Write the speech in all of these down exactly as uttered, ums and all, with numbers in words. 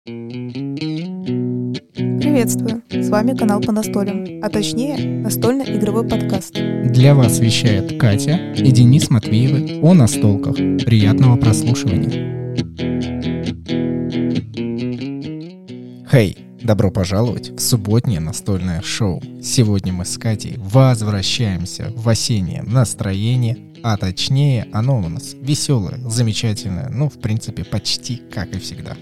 Приветствую! С вами канал по настолям, а точнее настольно-игровой подкаст. Для вас вещает Катя и Денис Матвеевы о настолках. Приятного прослушивания. Хей! Добро пожаловать в субботнее настольное шоу. Сегодня мы с Катей возвращаемся в осеннее настроение, а точнее оно у нас веселое, замечательное, ну, в принципе, почти как и всегда.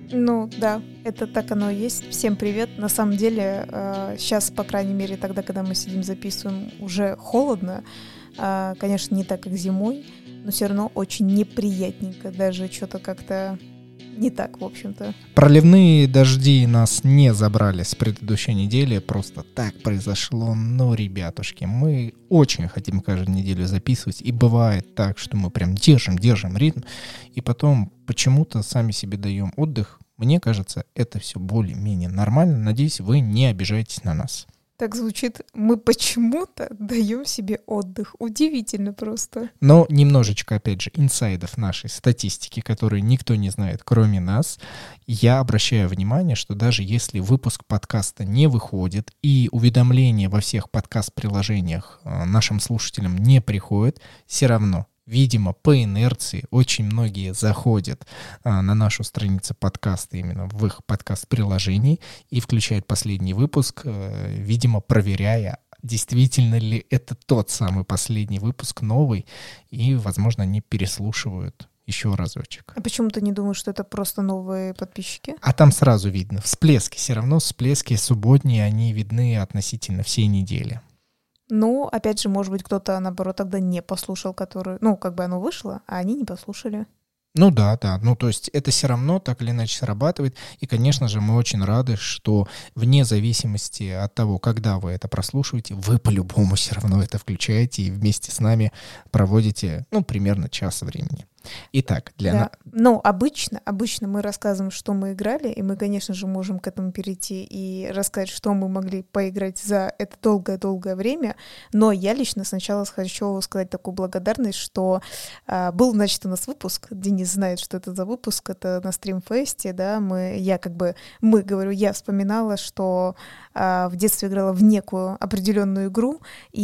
Ну да, это так оно и есть. Всем привет. На самом деле, э, сейчас, по крайней мере, тогда, когда мы сидим записываем, уже холодно. Э, конечно, не так, как зимой, но все равно очень неприятненько. Даже что-то как-то не так, в общем-то. Проливные дожди нас не забрали с предыдущей недели. Просто так произошло. Но, ребятушки, мы очень хотим каждую неделю записывать. И бывает так, что мы прям держим, держим ритм. И потом почему-то сами себе даем отдых. Мне кажется, это все более-менее нормально. Надеюсь, вы не обижаетесь на нас. Так звучит, мы почему-то даем себе отдых. Удивительно просто. Но немножечко, опять же, инсайдов нашей статистики, которые никто не знает, кроме нас. Я обращаю внимание, что даже если выпуск подкаста не выходит и уведомления во всех подкаст-приложениях нашим слушателям не приходят, все равно, видимо, по инерции очень многие заходят а, на нашу страницу подкаста именно в их подкаст-приложении и включают последний выпуск, а, видимо, проверяя, действительно ли это тот самый последний выпуск, новый, и, возможно, они переслушивают еще разочек. А почему ты не думаешь, что это просто новые подписчики? А там сразу видно, всплески, все равно всплески субботние, они видны относительно всей недели. Ну, опять же, может быть, кто-то, наоборот, тогда не послушал, который... Ну, как бы оно вышло, а они не послушали. Ну да, да. Ну, то есть это все равно так или иначе срабатывает. И, конечно же, мы очень рады, что вне зависимости от того, когда вы это прослушиваете, вы по-любому все равно это включаете и вместе с нами проводите, ну, примерно час времени. Итак, для да. нас... Ну, обычно, обычно мы рассказываем, что мы играли, и мы, конечно же, можем к этому перейти и рассказать, что мы могли поиграть за это долгое-долгое время, но я лично сначала хочу сказать такую благодарность, что а, был, значит, у нас выпуск, Денис знает, что это за выпуск, это на стримфесте, да, мы, я как бы, мы, говорю, я вспоминала, что а, в детстве играла в некую определенную игру,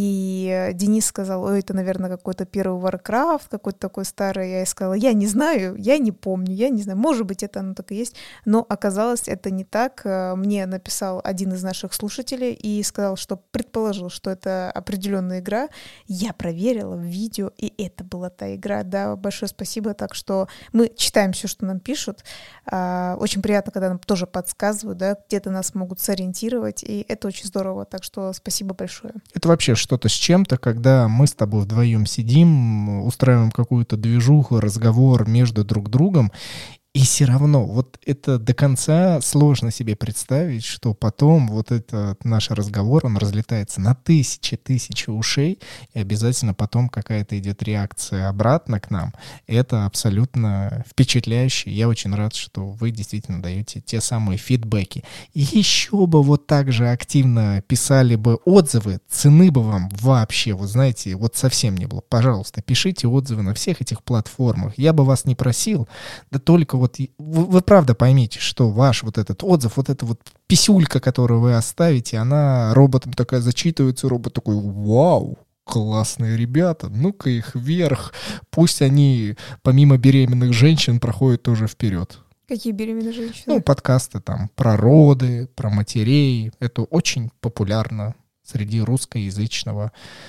и Денис сказал, ой, это, наверное, какой-то первый Warcraft, какой-то такой старый, я сказала, я не знаю, я не помню, я не знаю, может быть, это оно так и есть, но оказалось, это не так. Мне написал один из наших слушателей и сказал, что предположил, что это определенная игра. Я проверила в видео, и это была та игра. Да, большое спасибо. Так что мы читаем все, что нам пишут. Очень приятно, когда нам тоже подсказывают, да, где-то нас могут сориентировать, и это очень здорово. Так что спасибо большое. Это вообще что-то с чем-то, когда мы с тобой вдвоем сидим, устраиваем какую-то движуху, разговор между друг другом, и все равно вот это до конца сложно себе представить, что потом вот этот наш разговор, он разлетается на тысячи-тысячи ушей, и обязательно потом какая-то идет реакция обратно к нам. Это абсолютно впечатляюще. Я очень рад, что вы действительно даете те самые фидбэки. И еще бы вот так же активно писали бы отзывы, цены бы вам вообще, вот знаете, вот совсем не было. Пожалуйста, пишите отзывы на всех этих платформах. Я бы вас не просил, да только вот вы, вы правда поймите, что ваш вот этот отзыв, вот эта вот писюлька, которую вы оставите, она роботом такая зачитывается, робот такой, вау, классные ребята, ну-ка их вверх, пусть они помимо беременных женщин проходят тоже вперед. Какие беременные женщины? Ну, подкасты там про роды, про матерей, это очень популярно среди русскоязычного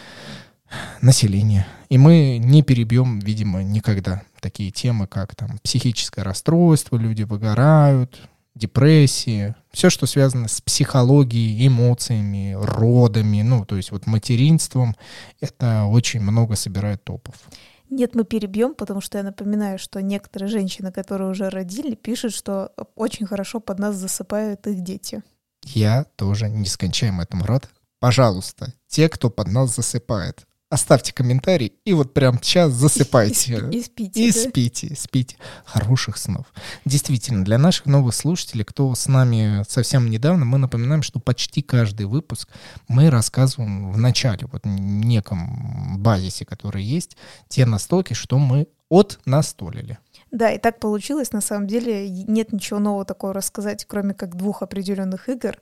населения. И мы не перебьем, видимо, никогда такие темы, как там психическое расстройство, люди выгорают, депрессии, все, что связано с психологией, эмоциями, родами, ну, то есть вот материнством, это очень много собирает топов. Нет, мы перебьем, потому что я напоминаю, что некоторые женщины, которые уже родили, пишут, что очень хорошо под нас засыпают их дети. Я тоже нескончаемо этому рад. Пожалуйста, те, кто под нас засыпает, оставьте комментарий и вот прямо сейчас засыпайте. И, и спите. И да? спите, спите. Хороших снов. Действительно, для наших новых слушателей, кто с нами совсем недавно, мы напоминаем, что почти каждый выпуск мы рассказываем в начале, вот в неком базисе, который есть, те настолки, что мы отнастолили. Да, и так получилось. На самом деле нет ничего нового такого рассказать, кроме как двух определенных игр.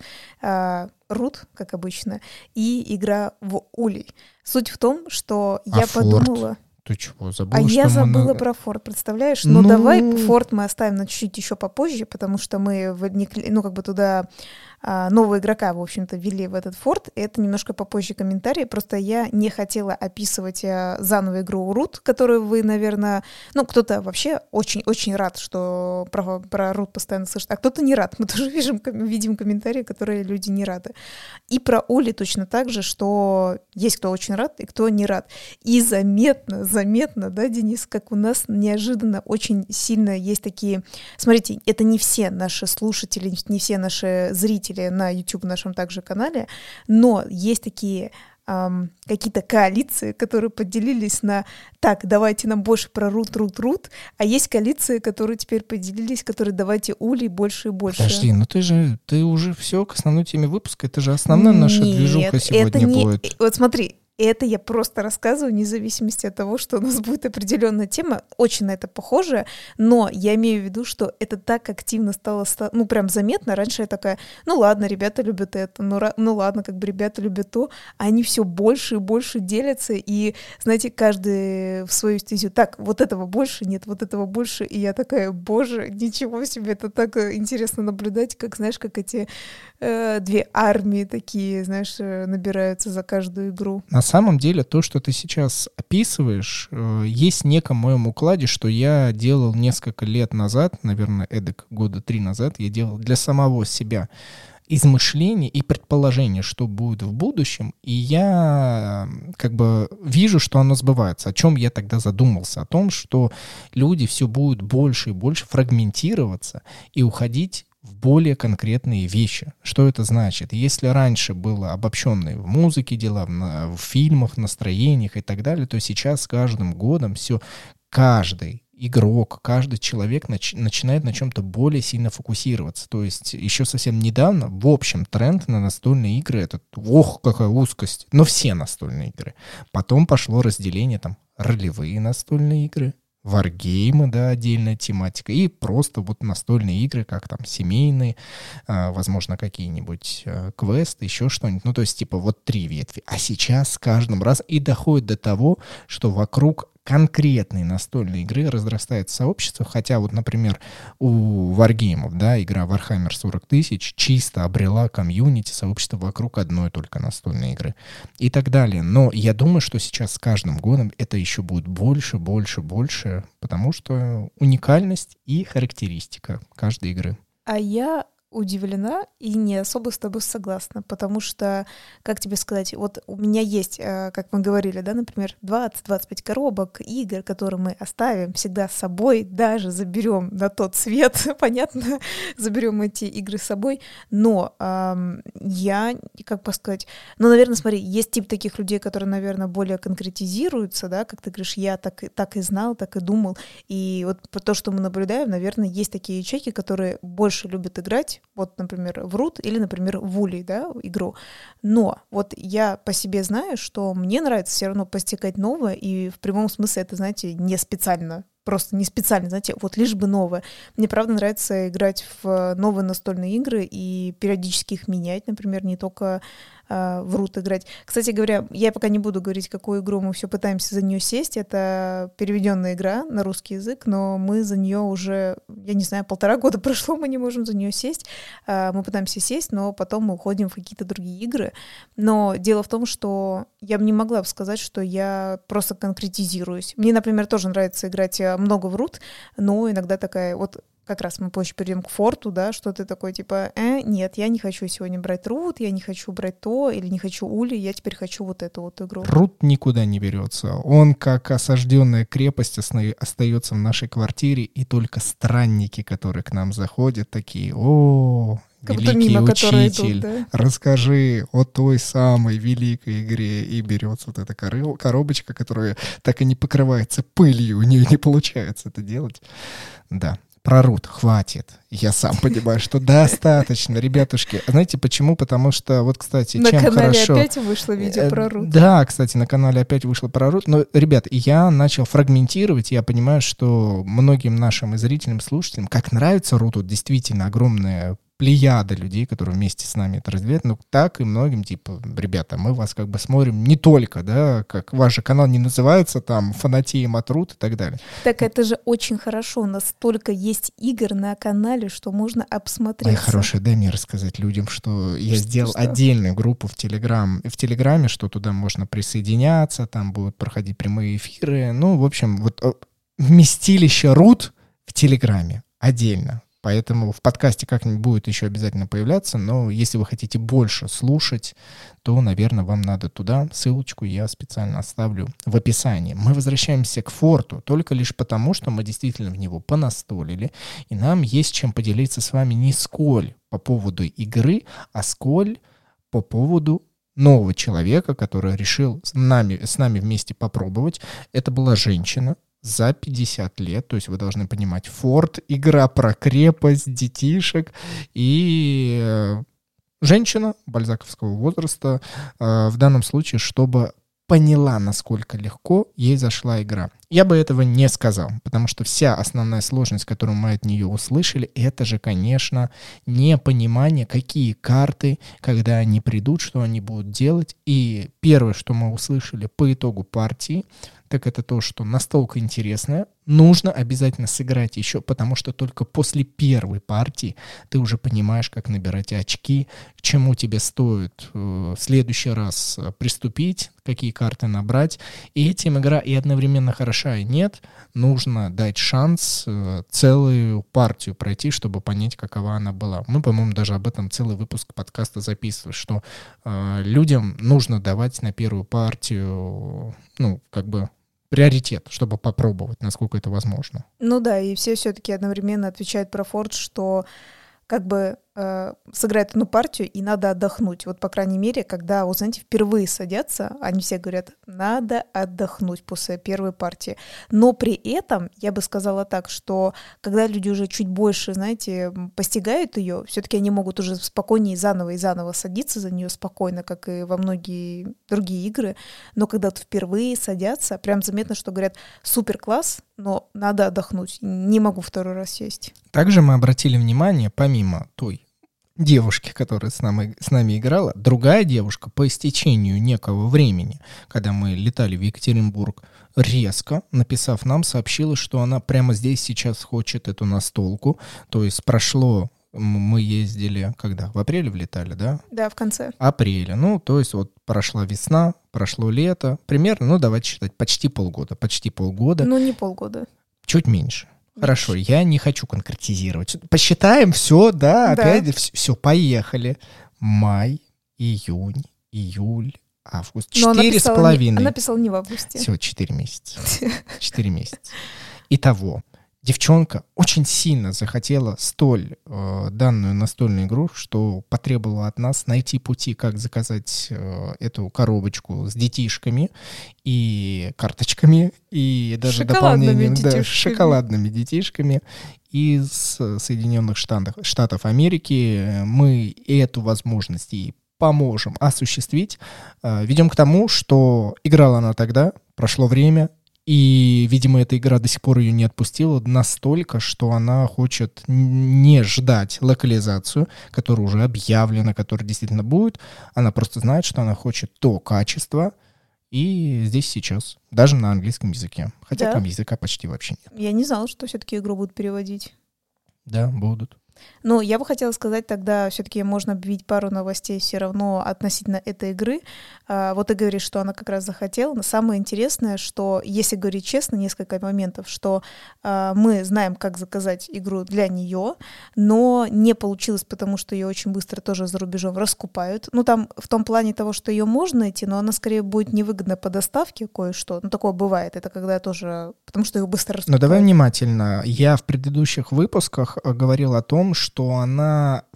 Root, как обычно, и игра в Улей. Суть в том, что а я Форт? подумала... Ты чего, забыла, А что я мы забыла на- про Форт, представляешь? Но Ну. давай Форт мы оставим на чуть-чуть еще попозже, потому что мы вникли, ну, как бы туда а, нового игрока, в общем-то, ввели в этот Форт. Это немножко попозже комментарий. Просто я не хотела описывать а, заново игру Root, которую вы, наверное... Ну, кто-то вообще очень-очень рад, что про, про Root постоянно слышит, а кто-то не рад. Мы тоже видим, видим комментарии, которые люди не рады. И про Ули точно так же, что есть кто очень рад и кто не рад. И заметно, заметно, да, Денис, как у нас неожиданно очень сильно есть такие... Смотрите, это не все наши слушатели, не все наши зрители на YouTube, нашем также канале, но есть такие эм, какие-то коалиции, которые поделились на «так, давайте нам больше про Root, Root, Root», а есть коалиции, которые теперь поделились, которые «давайте Ули больше и больше». Подожди, ну ты же, ты уже все к основной теме выпуска, это же основная наша Нет, движуха сегодня это не... будет. Вот смотри, это я просто рассказываю, вне зависимости от того, что у нас будет определенная тема, очень на это похоже, но я имею в виду, что это так активно стало, ну, прям заметно. Раньше я такая, ну, ладно, ребята любят это, ну, ра- ну ладно, как бы ребята любят то, а они все больше и больше делятся, и, знаете, каждый в свою стезю, так, вот этого больше, нет, вот этого больше, и я такая, боже, ничего себе, это так интересно наблюдать, как, знаешь, как эти э, две армии такие, знаешь, э, набираются за каждую игру. На самом деле, то, что ты сейчас описываешь, э, есть в неком моем укладе, что я делал несколько лет назад, наверное, эдак года три назад, я делал для самого себя измышления и предположения, что будет в будущем, и я как бы вижу, что оно сбывается. О чем я тогда задумался? О том, что люди все будут больше и больше фрагментироваться и уходить в более конкретные вещи. Что это значит? Если раньше было обобщенные в музыке дела, в, в фильмах, настроениях и так далее, то сейчас с каждым годом все, каждый игрок, каждый человек нач, начинает на чем-то более сильно фокусироваться. То есть еще совсем недавно, в общем, тренд на настольные игры, это, ох, какая узкость, но все настольные игры. Потом пошло разделение, там, ролевые настольные игры, варгеймы, да, отдельная тематика, и просто вот настольные игры, как там семейные, а, возможно, какие-нибудь а, квесты, еще что-нибудь. Ну, то есть, типа, вот три ветви. А сейчас с каждым разом и доходит до того, что вокруг конкретной настольной игры разрастается сообщество, хотя вот, например, у варгеймов, да, игра Warhammer сорок тысяч чисто обрела комьюнити, сообщество вокруг одной только настольной игры и так далее. Но я думаю, что сейчас с каждым годом это еще будет больше, больше, больше, потому что уникальность и характеристика каждой игры. А я удивлена и не особо с тобой согласна, потому что, как тебе сказать, вот у меня есть, как мы говорили, да, например, двадцать-двадцать пять коробок игр, которые мы оставим всегда с собой, даже заберем на тот свет, понятно, заберем эти игры с собой, но эм, я, как бы сказать, ну, наверное, смотри, есть тип таких людей, которые, наверное, более конкретизируются, да, как ты говоришь, я так, так и знал, так и думал, и вот по то, что мы наблюдаем, наверное, есть такие ячейки, которые больше любят играть, вот, например, в Root или, например, в Улей, да, игру. Но вот я по себе знаю, что мне нравится все равно постигать новое, и в прямом смысле это, знаете, не специально, просто не специально, знаете, вот лишь бы новое. Мне, правда, нравится играть в новые настольные игры и периодически их менять, например, не только э, в Root играть. Кстати говоря, я пока не буду говорить, какую игру мы все пытаемся за нее сесть. Это переведенная игра на русский язык, но мы за нее уже, я не знаю, полтора года прошло, мы не можем за нее сесть. Э, мы пытаемся сесть, но потом мы уходим в какие-то другие игры. Но дело в том, что я бы не могла бы сказать, что я просто конкретизируюсь. Мне, например, тоже нравится играть много в Root, но иногда такая, вот как раз мы позже перейдем к Форту, да, что ты такой, типа, э, нет, я не хочу сегодня брать Root, я не хочу брать то, или не хочу Ули, я теперь хочу вот эту вот игру. Root никуда не берется. Он, как осажденная крепость, осна- остается в нашей квартире, и только странники, которые к нам заходят, такие, о, как будто великий мимо, учитель, идут, да? расскажи о той самой великой игре. И берется вот эта кор- коробочка, которая так и не покрывается пылью, у нее не получается это делать. Да. Про Рут хватит. Я сам понимаю, что достаточно, ребятушки. Знаете почему? Потому что, вот, кстати, на чем канале хорошо... опять вышло видео про Рут. Да, кстати, на канале опять вышло про Рут. Но, ребят, я начал фрагментировать, я понимаю, что многим нашим и зрителям, слушателям, как нравится Рут, вот действительно огромная плеяда людей, которые вместе с нами это развивают, но так и многим, типа, ребята, мы вас как бы смотрим не только, да, как ваш же канал не называется там «Фанатеем от Рут» и так далее. Так это же очень хорошо, настолько есть игр на канале, что можно обсмотреться. Ай, хорошая, дай мне рассказать людям, что я Что, сделал что? отдельную группу в Телеграм, в Телеграме, что туда можно присоединяться, там будут проходить прямые эфиры, ну, в общем, вот э, вместилище Рут в Телеграме отдельно. Поэтому в подкасте как-нибудь будет еще обязательно появляться, но если вы хотите больше слушать, то, наверное, вам надо туда. Ссылочку я специально оставлю в описании. Мы возвращаемся к форту только лишь потому, что мы действительно в него понастолили, и нам есть чем поделиться с вами не сколь по поводу игры, а сколь по поводу нового человека, который решил с нами, с нами вместе попробовать. Это была женщина за пятьдесят лет, то есть вы должны понимать, Форт, игра про крепость, детишек, и э, женщина бальзаковского возраста, э, в данном случае, чтобы поняла, насколько легко ей зашла игра. Я бы этого не сказал, потому что вся основная сложность, которую мы от нее услышали, это же, конечно, непонимание, какие карты, когда они придут, что они будут делать. И первое, что мы услышали по итогу партии, так это то, что настолка интересная, нужно обязательно сыграть еще, потому что только после первой партии ты уже понимаешь, как набирать очки, к чему тебе стоит э, в следующий раз приступить, какие карты набрать. И этим игра и одновременно хороша, и нет. Нужно дать шанс э, целую партию пройти, чтобы понять, какова она была. Мы, по-моему, даже об этом целый выпуск подкаста записывали, что э, людям нужно давать на первую партию, ну, как бы, приоритет, чтобы попробовать, насколько это возможно. Ну да, и все все-таки одновременно отвечают про Форт, что как бы э, сыграть одну партию и надо отдохнуть. Вот, по крайней мере, когда, вот, знаете, впервые садятся, они все говорят, надо отдохнуть после первой партии. Но при этом, я бы сказала так, что когда люди уже чуть больше, знаете, постигают ее, все-таки они могут уже спокойнее заново и заново садиться за нее спокойно, как и во многие другие игры. Но когда вот впервые садятся, прям заметно, что говорят, супер класс, но надо отдохнуть, не могу второй раз сесть. Также мы обратили внимание, помимо той девушки, которая с нами, с нами играла, другая девушка по истечению некого времени, когда мы летали в Екатеринбург, резко, написав нам, сообщила, что она прямо здесь сейчас хочет эту настолку. То есть прошло, мы ездили, когда? В апреле влетали, да? Да, в конце. Апреля. Ну, то есть вот прошла весна, прошло лето, примерно, ну, давайте считать, почти полгода. Почти полгода. Ну, не полгода. Чуть меньше. Хорошо, я не хочу конкретизировать. Посчитаем все, да, Да. опять все, поехали. Май, июнь, июль, август. Но она Четыре с писала не- половиной. Она писала не в августе. Все, четыре месяца. Четыре месяца. Итого, девчонка очень сильно захотела столь э, данную настольную игру, что потребовала от нас найти пути, как заказать э, эту коробочку с детишками и карточками, и даже Шоколадными дополнением, да, детишками. шоколадными детишками из Соединенных Штатов, Штатов Америки. Мы эту возможность ей поможем осуществить. Э, ведем к тому, что играла она тогда, прошло время, и, видимо, эта игра до сих пор ее не отпустила настолько, что она хочет не ждать локализацию, которая уже объявлена, которая действительно будет. Она просто знает, что она хочет то качество, и здесь сейчас, даже на английском языке. Хотя Да. там языка почти вообще нет. Я не знала, что все-таки игру будут переводить. Да, будут. Ну, я бы хотела сказать, тогда все-таки можно объявить пару новостей все равно относительно этой игры. А, вот ты говоришь, что она как раз захотела. Но самое интересное, что, если говорить честно, несколько моментов, что а, мы знаем, как заказать игру для нее, но не получилось, потому что ее очень быстро тоже за рубежом раскупают. Ну, там в том плане того, что ее можно найти, но она скорее будет невыгодна по доставке кое-что. Ну, такое бывает. Это когда тоже... Потому что ее быстро раскупают. Но давай внимательно. Я в предыдущих выпусках э, говорил о том, что она в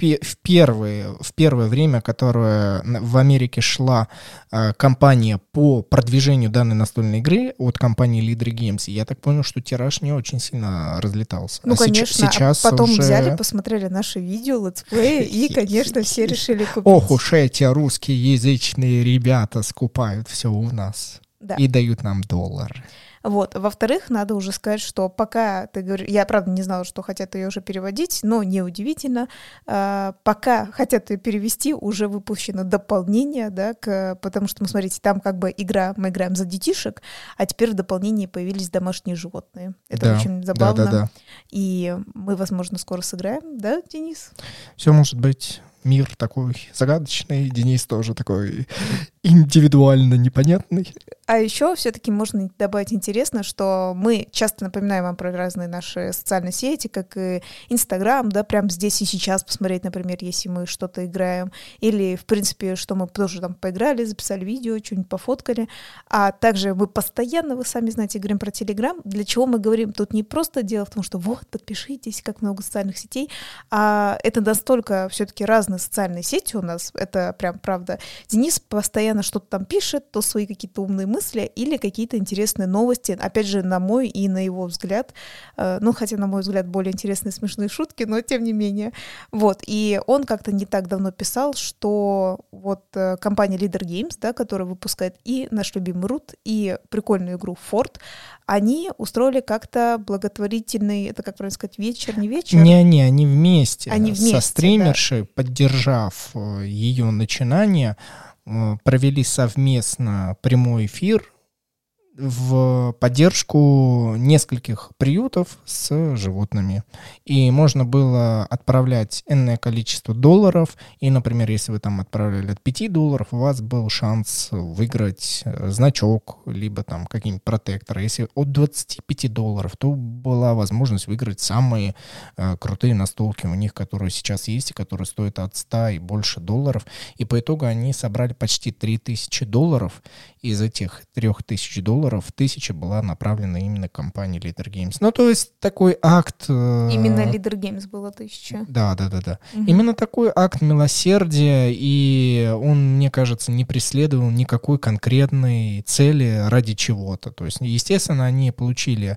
пе- в, первые, в первое время, которое в Америке шла э, кампания по продвижению данной настольной игры от компании Leader Games, я так понял, что тираж не очень сильно разлетался. Ну, а конечно, сейчас, сейчас а потом уже... взяли, посмотрели наши видео, летсплеи, и, конечно, все решили купить. Ох уж эти русскоязычные ребята скупают все у нас. Да. И дают нам доллар. Вот. Во-вторых, надо уже сказать, что пока ты говоришь... Я, правда, не знала, что хотят ее уже переводить, но неудивительно. А, пока хотят ее перевести, уже выпущено дополнение, да, к... потому что, ну, смотрите, там как бы игра, мы играем за детишек, а теперь в дополнении появились домашние животные. Это да. очень забавно. Да, да, да. И мы, возможно, скоро сыграем, да, Денис? Все может быть. Мир такой загадочный, Денис тоже такой индивидуально непонятный. А еще все-таки можно добавить интересно, что мы часто напоминаем вам про разные наши социальные сети, как и Инстаграм, да, прямо здесь и сейчас посмотреть, например, если мы что-то играем, или, в принципе, что мы тоже там поиграли, записали видео, что-нибудь пофоткали. А также мы постоянно, вы сами знаете, говорим про Телеграм. Для чего мы говорим? Тут не просто дело в том, что вот, подпишитесь, как много социальных сетей, а это настолько все-таки разные социальные сети у нас, это прям правда. Денис постоянно что-то там пишет, то свои какие-то умные мысли или какие-то интересные новости, опять же, на мой и на его взгляд, э, ну, хотя, на мой взгляд, более интересные смешные шутки, но тем не менее. Вот, и он как-то не так давно писал, что вот э, компания Leader Games, да, которая выпускает и наш любимый Root, и прикольную игру Fort, они устроили как-то благотворительный, это как правильно сказать, вечер, не вечер? Не они, они вместе, они вместе со стримершей, да. Поддержав ее начинание, провели совместно прямой эфир в поддержку нескольких приютов с животными. И можно было отправлять энное количество долларов. И, например, если вы там отправляли от пяти долларов, у вас был шанс выиграть значок, либо там какие-нибудь протекторы. Если от двадцати пяти долларов, то была возможность выиграть самые э, крутые настолки у них, которые сейчас есть, и которые стоят от ста и больше долларов. И по итогу они собрали почти три тысячи долларов. Из этих трех тысяч долларов тысяча была направлена именно компании Leader Games. Ну, то есть такой акт... Э... Именно Leader Games было тысяча. Да, да, да, да. Угу. Именно такой акт милосердия, и он, мне кажется, не преследовал никакой конкретной цели ради чего-то. То есть, естественно, они получили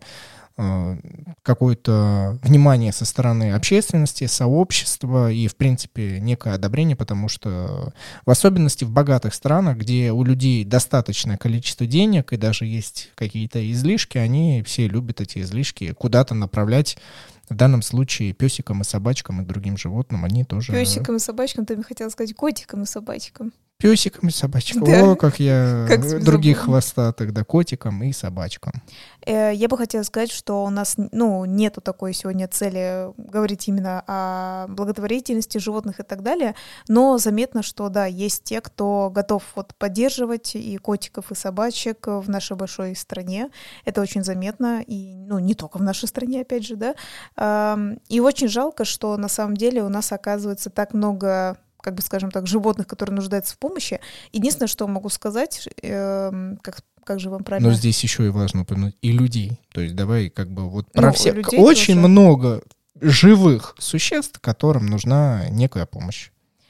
какое-то внимание со стороны общественности, сообщества и, в принципе, некое одобрение, потому что в особенности в богатых странах, где у людей достаточное количество денег и даже есть какие-то излишки, они все любят эти излишки куда-то направлять. В данном случае песикам и собачкам и другим животным они тоже... Песикам и собачкам, ты мне хотела сказать котикам и собачкам. Песикам и собачкам. Да. О, как я как других хвостатых, да, котикам и собачкам. Я бы хотела сказать, что у нас, ну, нету такой сегодня цели говорить именно о благотворительности животных и так далее, но заметно, что, да, есть те, кто готов вот поддерживать и котиков, и собачек в нашей большой стране. Это очень заметно, и, ну, не только в нашей стране, опять же, да. И очень жалко, что на самом деле у нас оказывается так много, как бы, скажем так, животных, которые нуждаются в помощи. Единственное, что могу сказать, э, как, как же вам правильно... Но здесь еще и важно упомянуть и людей. То есть давай как бы вот про ну, всех. Очень тоже много живых существ, которым нужна некая помощь.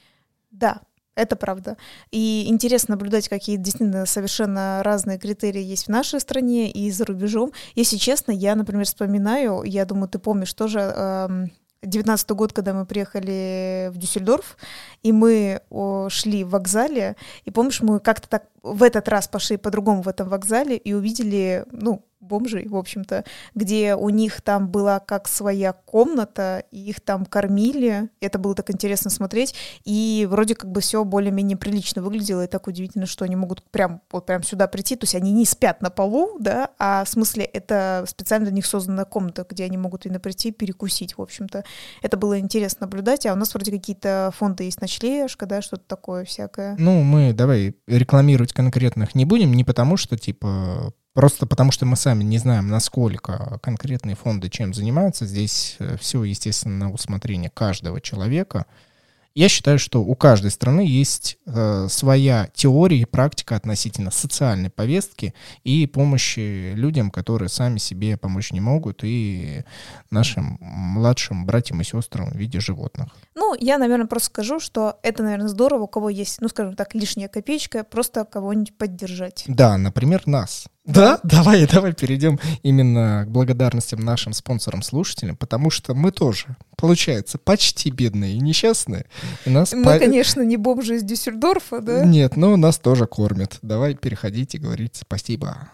Да, это правда. И интересно наблюдать, какие действительно совершенно разные критерии есть в нашей стране и за рубежом. Если честно, я, например, вспоминаю, я думаю, ты помнишь тоже... Э, девятнадцатый год, когда мы приехали в Дюссельдорф, и мы о, шли в вокзале, и помнишь, мы как-то так в этот раз пошли по-другому в этом вокзале и увидели, ну, бомжей, в общем-то, где у них там была как своя комната, и их там кормили, это было так интересно смотреть, и вроде как бы все более-менее прилично выглядело, и так удивительно, что они могут прям, вот прям сюда прийти, то есть они не спят на полу, да, а в смысле это специально для них созданная комната, где они могут именно прийти перекусить, в общем-то. Это было интересно наблюдать, а у нас вроде какие-то фонды есть, ночлежка, да, что-то такое всякое. Ну, мы давай рекламировать конкретных не будем, не потому что, типа, просто потому что мы сами не знаем, насколько конкретные фонды чем занимаются. Здесь все, естественно, на усмотрение каждого человека. Я считаю, что у каждой страны есть э, своя теория и практика относительно социальной повестки и помощи людям, которые сами себе помочь не могут, и нашим младшим братьям и сестрам в виде животных. Ну, я, наверное, просто скажу, что это, наверное, здорово, у кого есть, ну, скажем так, лишняя копеечка, просто кого-нибудь поддержать. Да, например, нас. Да, давай, давай перейдем именно к благодарностям нашим спонсорам-слушателям, потому что мы тоже, получается, почти бедные и несчастные. И нас Мы, по... конечно, не бомжи из Дюссельдорфа, да? Нет, но нас тоже кормят. Давай переходите и говорить спасибо.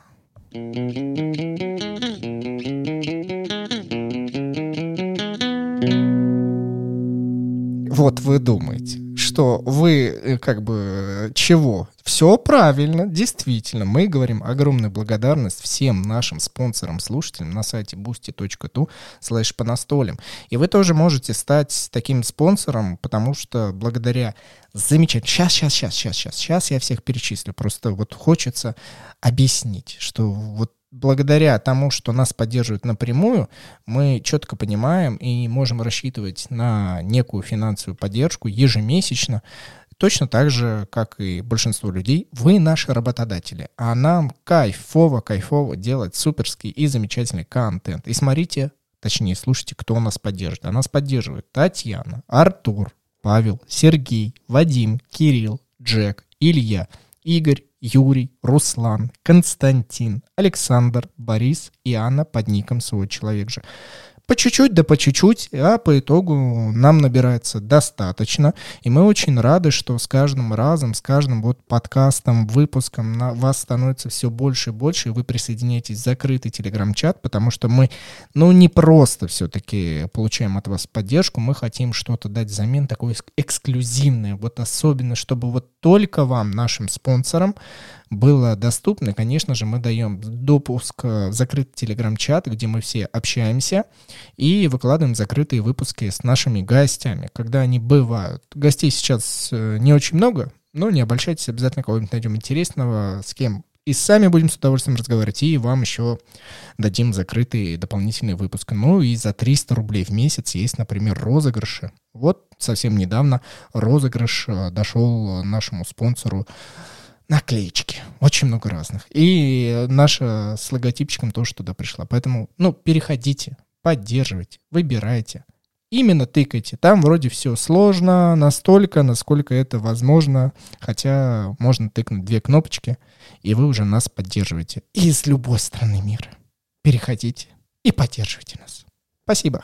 Вот вы думаете, что вы как бы чего? Все правильно, действительно. Мы говорим огромную благодарность всем нашим спонсорам-слушателям на сайте boosty точка ту слэш по настолям. И вы тоже можете стать таким спонсором, потому что благодаря замечательно... Сейчас, сейчас, сейчас, сейчас, сейчас, сейчас я всех перечислю. Просто вот хочется объяснить, что вот благодаря тому, что нас поддерживают напрямую, мы четко понимаем и можем рассчитывать на некую финансовую поддержку ежемесячно, точно так же, как и большинство людей. Вы наши работодатели, а нам кайфово, кайфово делать суперский и замечательный контент. И смотрите, точнее, слушайте, кто нас поддерживает. А нас поддерживают Татьяна, Артур, Павел, Сергей, Вадим, Кирилл, Джек, Илья, Игорь, Юрий, Руслан, Константин, Александр, Борис и Анна под ником «Свой человек же». По чуть-чуть, да по чуть-чуть, а по итогу нам набирается достаточно. И мы очень рады, что с каждым разом, с каждым вот подкастом, выпуском на вас становится все больше и больше, и вы присоединяетесь в закрытый телеграм-чат, потому что мы, ну, не просто все-таки получаем от вас поддержку, мы хотим что-то дать взамен, такое эксклюзивное, вот особенно, чтобы вот только вам, нашим спонсорам, было доступно. Конечно же, мы даем допуск в закрытый телеграм-чат, где мы все общаемся и выкладываем закрытые выпуски с нашими гостями, когда они бывают. Гостей сейчас не очень много, но не обольщайтесь, обязательно кого-нибудь найдем интересного, с кем и сами будем с удовольствием разговаривать, и вам еще дадим закрытый дополнительный выпуск. Ну и за триста рублей в месяц есть, например, розыгрыши. Вот совсем недавно розыгрыш дошел нашему спонсору. Наклеечки. Очень много разных. И наша с логотипчиком тоже туда пришла. Поэтому, ну, переходите, поддерживайте, выбирайте. Именно тыкайте. Там вроде все сложно, настолько, насколько это возможно. Хотя можно тыкнуть две кнопочки, и вы уже нас поддерживаете. Из любой страны мира. Переходите и поддерживайте нас. Спасибо.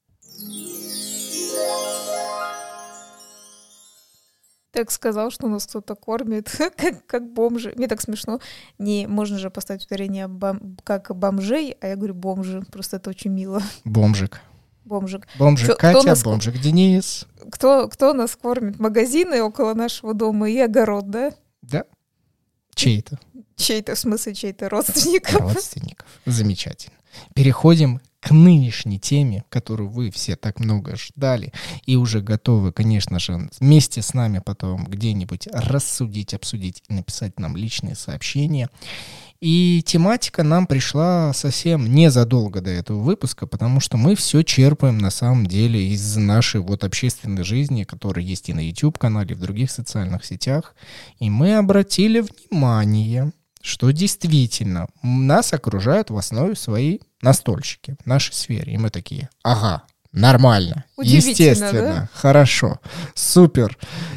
Так сказал, что нас кто-то кормит, как, как бомжи. Мне так смешно. Не, можно же поставить ударение бом, как бомжей, а я говорю бомжи. Просто это очень мило. Бомжик. Бомжик. Бомжик Чё, Катя, нас, бомжик Денис. Кто, кто нас кормит? Магазины около нашего дома и огород, да? Да. Чей-то. Чей-то, в смысле, чей-то родственников. Родственников. Замечательно. Переходим к нынешней теме, которую вы все так много ждали и уже готовы, конечно же, вместе с нами потом где-нибудь рассудить, обсудить и написать нам личные сообщения. И тематика нам пришла совсем незадолго до этого выпуска, потому что мы все черпаем на самом деле из нашей вот общественной жизни, которая есть и на YouTube-канале, и в других социальных сетях. И мы обратили внимание, что действительно нас окружают в основе своей настольщики в нашей сфере. И мы такие, ага, нормально, естественно, да? Хорошо, супер.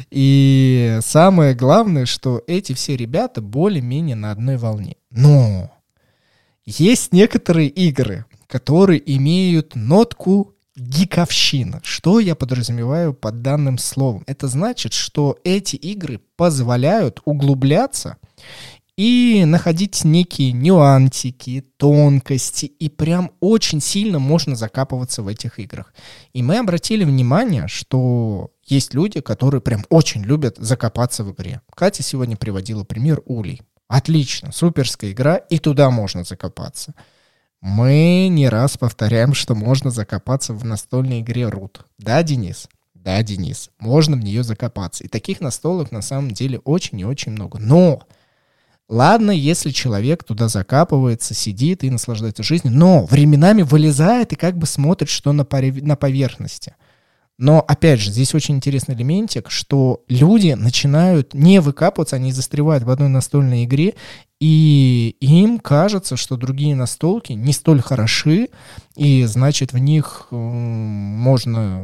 И самое главное, что эти все ребята более-менее на одной волне. Но есть некоторые игры, которые имеют нотку гиковщина. Что я подразумеваю под данным словом? Это значит, что эти игры позволяют углубляться и находить некие нюансики, тонкости, и прям очень сильно можно закапываться в этих играх. И мы обратили внимание, что есть люди, которые прям очень любят закопаться в игре. Катя сегодня приводила пример Улей. Отлично, суперская игра, и туда можно закопаться. Мы не раз повторяем, что можно закопаться в настольной игре Рут. Да, Денис? Да, Денис. Можно в нее закопаться. И таких настолок на самом деле очень и очень много. Но ладно, если человек туда закапывается, сидит и наслаждается жизнью, но временами вылезает и как бы смотрит, что на, порев... на поверхности. Но, опять же, здесь очень интересный элементик, что люди начинают не выкапываться, они застревают в одной настольной игре, и им кажется, что другие настолки не столь хороши, и, значит, в них можно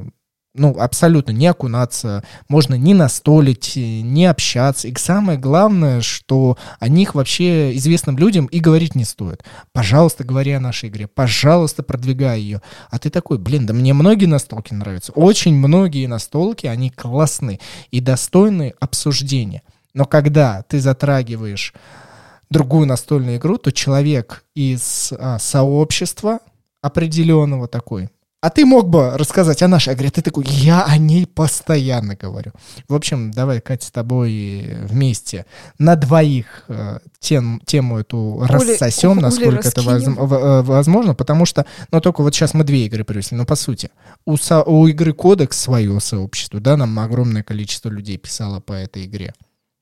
Ну, абсолютно не окунаться, можно не настолить, не общаться. И самое главное, что о них вообще известным людям и говорить не стоит. Пожалуйста, говори о нашей игре, пожалуйста, продвигай ее. А ты такой, блин, да мне многие настолки нравятся. Очень многие настолки, они классные и достойны обсуждения. Но когда ты затрагиваешь другую настольную игру, то человек из а, сообщества определенного такой... А ты мог бы рассказать о нашей игре? Ты такой, я о ней постоянно говорю. В общем, давай, Катя, с тобой вместе на двоих э, тем, тему эту Ули, рассосем, Ули насколько это воз, возможно, потому что, ну, только вот сейчас мы две игры привезли, но по сути, у, со, у игры Кодекс свое сообщество, да, нам огромное количество людей писало по этой игре.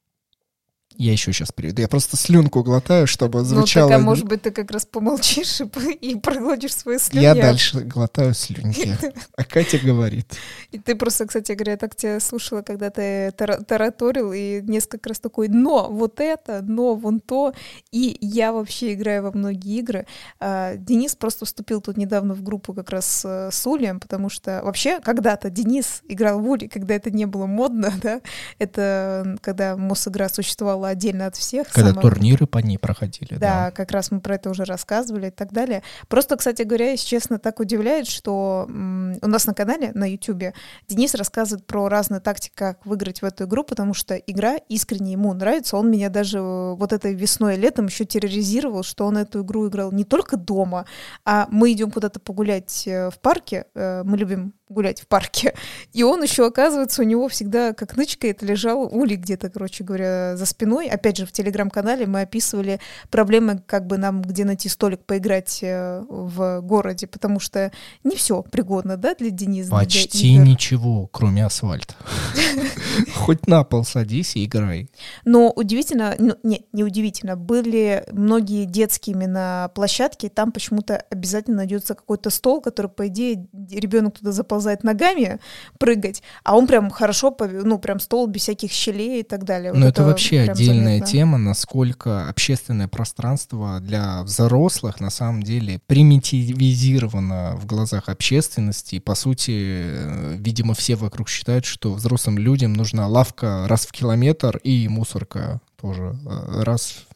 Я еще сейчас приведу. Я просто слюнку глотаю, чтобы звучало... Ну, так, а может быть, ты как раз помолчишь и, и проглотишь свои слюни. Я дальше глотаю слюнки. А Катя говорит. И ты просто, кстати говоря, я так тебя слушала, когда ты тараторил, и несколько раз такой, но вот это, но вон то. И я вообще играю во многие игры. Денис просто вступил тут недавно в группу как раз с Улием, потому что вообще когда-то Денис играл в Ули, когда это не было модно, да, это когда Мосигра существовала отдельно от всех. Когда самых... турниры по ней проходили. Да, да, как раз мы про это уже рассказывали и так далее. Просто, кстати говоря, если честно, так удивляет, что м- у нас на канале, на Ютубе, Денис рассказывает про разные тактики, как выиграть в эту игру, потому что игра искренне ему нравится. Он меня даже вот этой весной и летом еще терроризировал, что он эту игру играл не только дома, а мы идем куда-то погулять в парке, мы любим гулять в парке, и он еще, оказывается, у него всегда как нычкает лежал Ули где-то, короче говоря, за спиной. Опять же, в телеграм-канале мы описывали проблемы, как бы нам где найти столик поиграть в городе, потому что не все пригодно, да, для Дениса. Почти ничего, кроме асфальта. Хоть на пол садись и играй. Но удивительно, ну, нет, не удивительно, были многие детские именно площадки, и там почему-то обязательно найдется какой-то стол, который, по идее, ребенок туда заползает ползать прыгать, а он прям хорошо, ну, прям стол без всяких щелей и так далее. Но вот это, это вообще отдельная заметно. тема, насколько общественное пространство для взрослых на самом деле примитивизировано в глазах общественности. И, по сути, видимо, все вокруг считают, что взрослым людям нужна лавка раз в километр и мусорка тоже раз в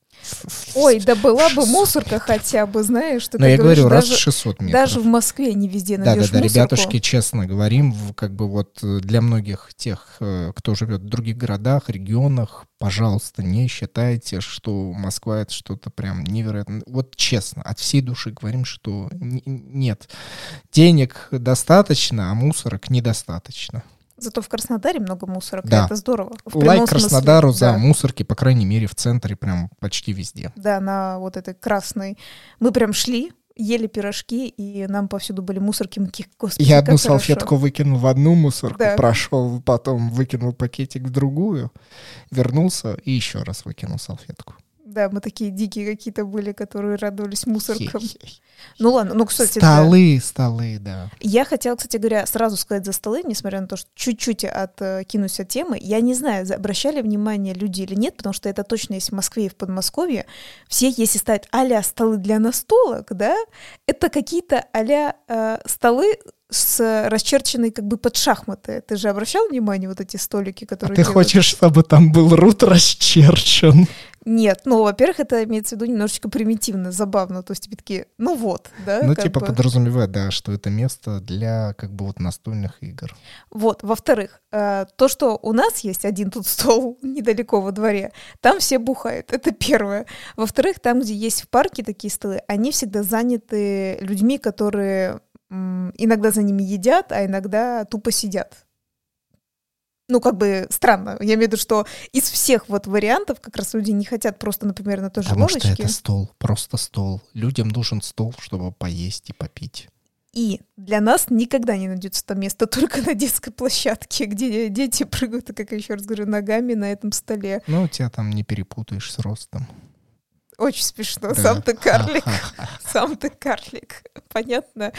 Ой, да была бы мусорка хотя бы, знаешь, что Но ты я говоришь, говорю, даже, раз в шестьсот метров. Даже в Москве не везде найдешь мусорку. Да-да-да, ребятушки, мусорку. честно говорим, как бы вот для многих тех, кто живет в других городах, регионах, пожалуйста, не считайте, что Москва — это что-то прям невероятное. Вот честно, от всей души говорим, что н- нет. Денег достаточно, а мусорок недостаточно. Зато в Краснодаре много мусорок, да. и это здорово. Лайк Краснодару смысле, за да. мусорки, по крайней мере, в центре прям почти везде. Да, на вот этой красной. Мы прям шли, ели пирожки, и нам повсюду были мусорки. Мы такие, господи, Я одну хорошо. салфетку выкинул в одну мусорку, да. прошел, потом выкинул пакетик в другую, вернулся и еще раз выкинул салфетку. Да, мы такие дикие какие-то были, которые радовались мусоркам. Ну ладно, ну, кстати... Столы, да. столы, да. Я хотела, кстати говоря, сразу сказать за столы, несмотря на то, что чуть-чуть откинусь от темы. Я не знаю, обращали внимание люди или нет, потому что это точно есть в Москве и в Подмосковье. Все, если ставят а-ля столы для настолок, да, это какие-то а-ля э, столы с расчерченной как бы под шахматы. Ты же обращал внимание вот эти столики, которые А ты делают? хочешь, чтобы там был рут расчерчен? Нет, ну, во-первых, это имеется в виду немножечко примитивно, забавно. То есть тебе такие, ну вот, да? Ну, как типа бы. подразумевает, да, что это место для как бы вот настольных игр. Вот, во-вторых, э, то, что у нас есть один тут стол недалеко во дворе, там все бухают, это первое. Во-вторых, там, где есть в парке такие столы, они всегда заняты людьми, которые м, иногда за ними едят, а иногда тупо сидят. Ну, как бы странно. Я имею в виду, что из всех вот вариантов как раз люди не хотят просто, например, на той же Потому лавочке. что это стол, просто стол. Людям нужен стол, чтобы поесть и попить. И для нас никогда не найдется там место только на детской площадке, где дети прыгают, как я еще раз говорю, ногами на этом столе. Ну, тебя там не перепутаешь с ростом. Очень смешно. Да. Сам ты карлик. Сам ты карлик. Понятно.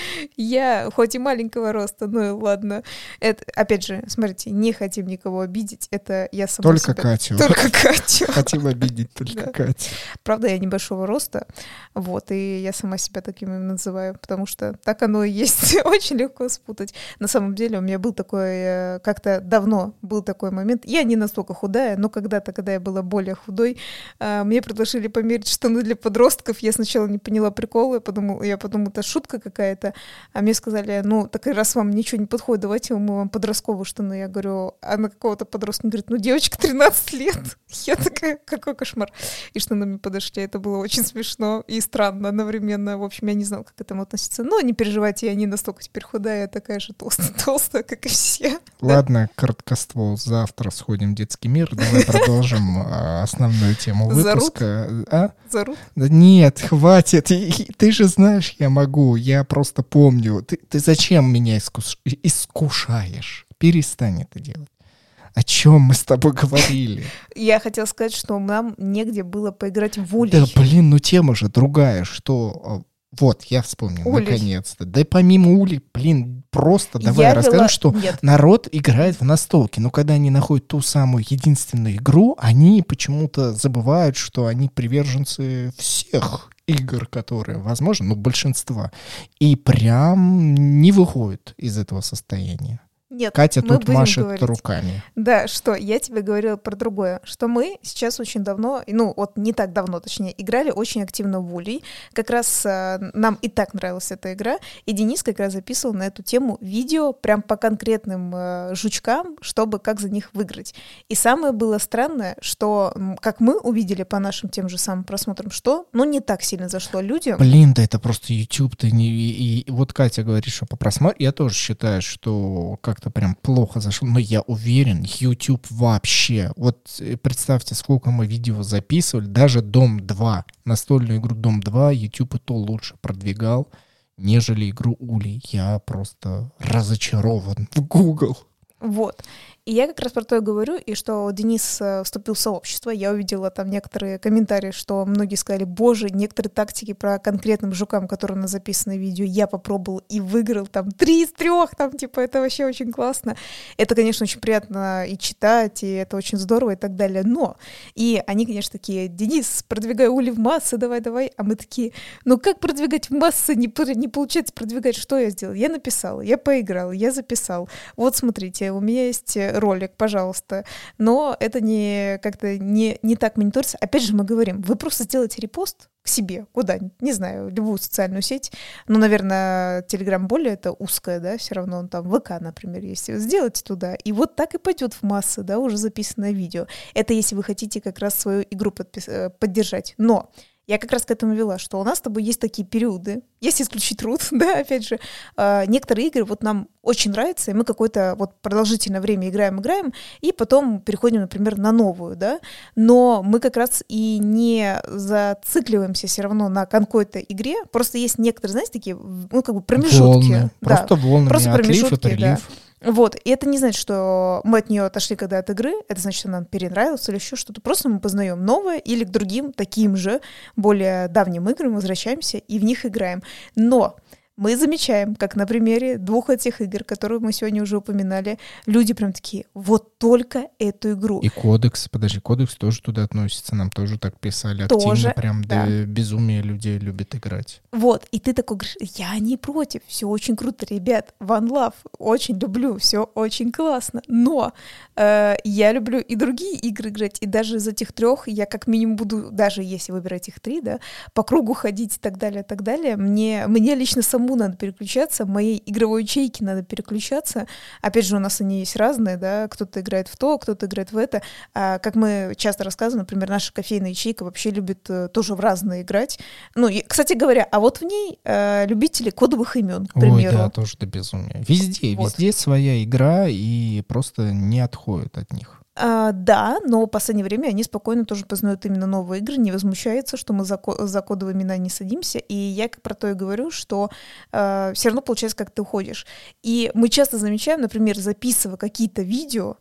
Я хоть и маленького роста, ну и ладно. Это, опять же, смотрите, не хотим никого обидеть. Это я сама Только себя... Катю. Только Катю. Хотим обидеть только Да. Катю. Правда, я небольшого роста, вот, и я сама себя таким именно называю, потому что так оно и есть. Очень легко спутать. На самом деле у меня был такой, э, как-то давно был такой момент. Я не настолько худая, но когда-то, когда я была более худой, э, мне предложили померить штаны для подростков. Я сначала не поняла прикола, я подумала, я подумала, это шутка какая-то. А мне сказали, ну, так и раз вам ничего не подходит, давайте мы вам подростковые штаны. Я говорю, а на какого-то подростка? Он говорит, ну, девочка тринадцать лет. Я такая, какой кошмар. И штанами подошли. Это было очень смешно и странно одновременно. В общем, я не знала, как к этому относиться. Но не переживайте, я не настолько теперь худая, я такая же толстая, толстая, как и все. Ладно, короткоствол, завтра сходим в детский мир. Давай продолжим а, основную тему выпуска. А? Зарут? Да нет, хватит. И- и Ты же знаешь, я могу. Я просто помню. Ты, ты зачем меня искус- искушаешь? Перестань это делать. О чем мы с тобой говорили? Я хотела сказать, что нам негде было поиграть в улей. Да блин, ну тема же другая, что... а, Вот, я вспомнил, Улей. наконец-то. Да и помимо улей, блин, просто давай Я расскажем, вела- что Нет, народ играет в настолки, но когда они находят ту самую единственную игру, они почему-то забывают, что они приверженцы всех игр, которые возможно, ну, большинства, и прям не выходят из этого состояния. нет. Катя мы тут будем машет говорить. руками. Да, что, я тебе говорила про другое, что мы сейчас очень давно, ну вот не так давно, точнее, играли очень активно в улей. Как раз э, нам и так нравилась эта игра, и Денис как раз записывал на эту тему видео прям по конкретным э, жучкам, чтобы как за них выиграть. И самое было странное, что, м, как мы увидели по нашим тем же самым просмотрам, что, ну не так сильно зашло людям. Блин, да это просто YouTube-то не... И, и вот Катя говорит, что по просмотру... Я тоже считаю, что как-то прям плохо зашло, но я уверен, YouTube вообще... Вот э, представьте, сколько мы видео записывали, даже Дом два, настольную игру Дом два, YouTube и то лучше продвигал, нежели игру Улей. Я просто разочарован в Google. Вот. И я как раз про то и говорю, и что Денис э, вступил в сообщество, я увидела там некоторые комментарии, что многие сказали, боже, некоторые тактики про конкретным жукам, которые на записанное видео, я попробовал и выиграл там три из трех, там типа это вообще очень классно. Это, конечно, очень приятно и читать, и это очень здорово и так далее, но, и они, конечно, такие, Денис, продвигай ули в массы, давай-давай, а мы такие, ну как продвигать в массы, не, пр- не получается продвигать, что я сделал? Я написала, я поиграл, я записал, вот смотрите, у меня есть ролик, пожалуйста. Но это не как-то не, не так мониторится. Опять же, мы говорим, вы просто сделайте репост к себе куда-нибудь, не знаю, любую социальную сеть. Ну, наверное, Telegram более это узкая, да, все равно он там вэ ка, например, есть. Сделайте туда. И вот так и пойдет в массы, да, уже записанное видео. Это если вы хотите как раз свою игру подпис- поддержать. Но я как раз к этому вела, что у нас с тобой есть такие периоды, если исключить труд, да, опять же, э, некоторые игры вот нам очень нравятся, и мы какое-то вот продолжительное время играем, играем, и потом переходим, например, на новую, да, но мы как раз и не зацикливаемся все равно на какой-то игре, просто есть некоторые, знаете, такие, ну, как бы промежутки. Волны. Да, Просто волнами, просто отлив и промежутки, да. прилив. Вот, и это не значит, что мы от нее отошли когда от игры, это значит, что нам перенравилось или еще что-то. Просто мы познаем новое или к другим, таким же, более давним играм возвращаемся и в них играем. Но мы замечаем, как на примере двух этих игр, которые мы сегодня уже упоминали, люди прям такие, вот только эту игру. И кодекс, подожди, кодекс тоже туда относится, нам тоже так писали Тоже, активно, прям да. до безумия людей любят играть. Вот, и ты такой говоришь, я не против, все очень круто, ребят, One Love, очень люблю, все очень классно, но э, я люблю и другие игры играть, и даже из этих трех я как минимум буду, даже если выбирать их три, да, по кругу ходить и так далее, и так далее, мне, мне лично самому надо переключаться, моей игровой ячейке надо переключаться, опять же, у нас они есть разные, да, кто-то играет в то, кто-то играет в это, а, как мы часто рассказываем, например, наша кофейная ячейка вообще любит э, тоже в разные играть, ну, и, кстати говоря, а вот в ней э, любители кодовых имен, к примеру. Ой, да, тоже до безумия. Везде, Вот. везде своя игра, и просто не отходят от них. А, да, но в последнее время они спокойно тоже познают именно новые игры, не возмущаются, что мы за, ко- за кодовые имена не садимся. И я как про то и говорю, что э, все равно получается, как ты уходишь. И мы часто замечаем, например, записывая какие-то видео,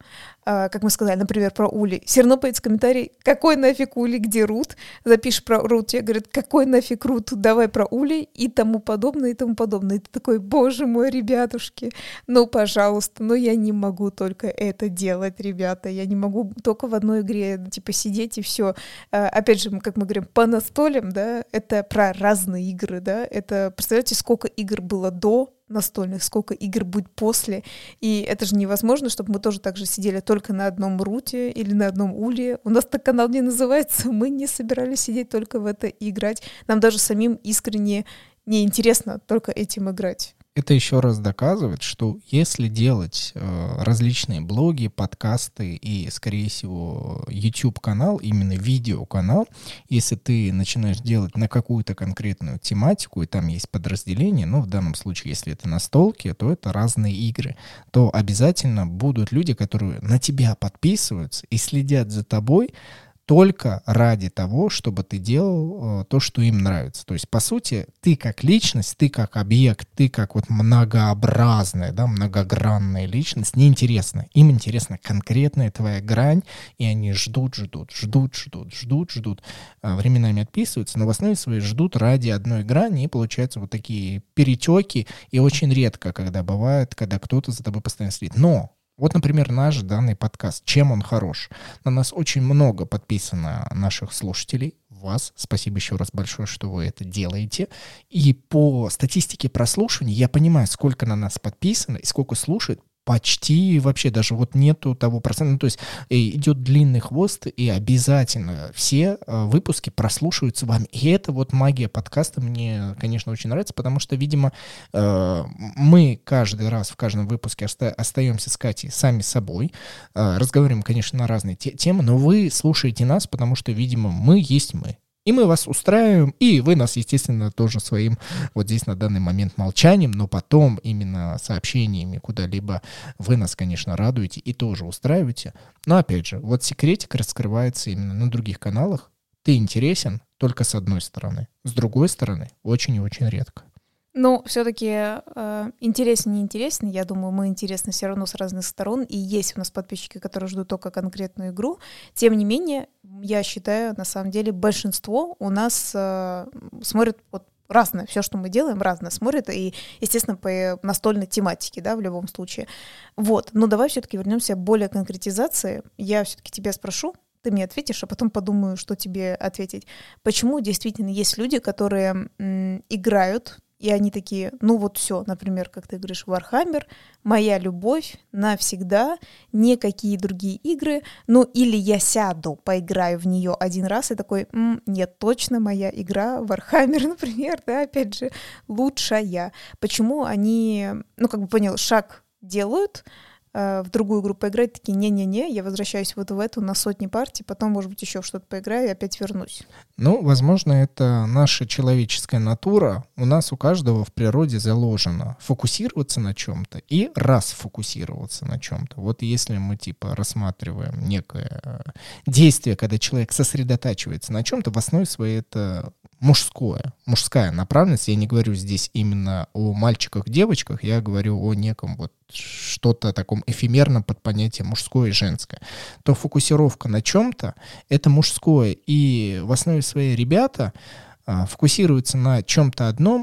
а, как мы сказали, например, про Ули, все равно появится комментарий, какой нафиг Ули, где Рут, запишешь про Рут, тебе говорят, какой нафиг Рут, давай про Ули и тому подобное, и тому подобное. И ты такой, боже мой, ребятушки, ну, пожалуйста, ну, я не могу только это делать, ребята, я не могу только в одной игре, типа, сидеть и все. А, опять же, как мы говорим, по настолям, да, это про разные игры, да, это, представляете, сколько игр было до настольных, сколько игр будет после, и это же невозможно, чтобы мы тоже так же сидели только на одном руте или на одном уле. У нас так канал не называется, мы не собирались сидеть только в это и играть. Нам даже самим искренне неинтересно только этим играть. Это еще раз доказывает, что если делать э, различные блоги, подкасты и, скорее всего, YouTube-канал, именно видеоканал, если ты начинаешь делать на какую-то конкретную тематику, и там есть подразделение, ну, в данном случае, если это настолки, то это разные игры, то обязательно будут люди, которые на тебя подписываются и следят за тобой, только ради того, чтобы ты делал э, то, что им нравится. То есть, по сути, ты как личность, ты как объект, ты как вот многообразная, да, многогранная личность, неинтересна. Им интересна конкретная твоя грань, и они ждут, ждут, ждут, ждут, ждут, ждут. Э, временами отписываются, но в основе своей ждут ради одной грани, и получаются вот такие перетеки, и очень редко, когда бывает, когда кто-то за тобой постоянно следит. Но вот, например, наш данный подкаст. Чем он хорош? На нас очень много подписано наших слушателей. Вас. Спасибо еще раз большое, что вы это делаете. И по статистике прослушивания я понимаю, сколько на нас подписано и сколько слушает. Почти вообще даже вот нету того процента. Ну, то есть э, идет длинный хвост, и обязательно все э, выпуски прослушиваются вами. И это вот магия подкаста мне, конечно, очень нравится, потому что, видимо, э, мы каждый раз в каждом выпуске оста- остаемся с Катей сами собой. Э, разговариваем, конечно, на разные те- темы, но вы слушаете нас, потому что, видимо, мы есть мы. И мы вас устраиваем, и вы нас, естественно, тоже своим вот здесь на данный момент молчанием, но потом именно сообщениями куда-либо вы нас, конечно, радуете и тоже устраиваете. Но опять же, вот секретик раскрывается именно на других каналах. Ты интересен только с одной стороны, с другой стороны очень и очень редко. Ну, все-таки э, интересен, не интересен. Я думаю, мы интересны все равно с разных сторон. И есть у нас подписчики, которые ждут только конкретную игру. Тем не менее, я считаю, на самом деле, большинство у нас э, смотрит вот разное. Все, что мы делаем, разное смотрит. И, естественно, по настольной тематике, да, в любом случае. Вот. Но давай все-таки вернемся к более конкретизации. Я все-таки тебя спрошу. Ты мне ответишь, а потом подумаю, что тебе ответить. Почему действительно есть люди, которые м, играют, и они такие, ну вот все, например, как ты говоришь, Warhammer, моя любовь навсегда, никакие другие игры, ну или я сяду, поиграю в нее один раз и такой, м, нет, точно моя игра Warhammer, например, да, опять же, лучшая. Почему они, ну как бы понял, шаг делают, в другую игру поиграть, такие, не-не-не, я возвращаюсь вот в эту на сотни партий, потом, может быть, еще в что-то поиграю и опять вернусь. Ну, возможно, это наша человеческая натура. У нас у каждого в природе заложено фокусироваться на чем-то и расфокусироваться на чем-то. Вот если мы, типа, рассматриваем некое действие, когда человек сосредотачивается на чем-то, в основе своей это мужское, мужская направленность. Я не говорю здесь именно о мальчиках, девочках, я говорю о неком вот что-то таком эфемерном под понятием мужское и женское. То фокусировка на чем-то — это мужское. И в основе своей ребята а, фокусируются на чем-то одном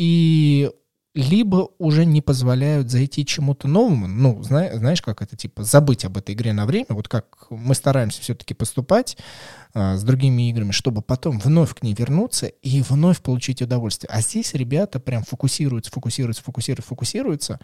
и либо уже не позволяют зайти чему-то новому, ну, зна- знаешь, как это, типа, забыть об этой игре на время, вот как мы стараемся все-таки поступать а, с другими играми, чтобы потом вновь к ней вернуться и вновь получить удовольствие. А здесь ребята прям фокусируются, фокусируются, фокусируются, фокусируются,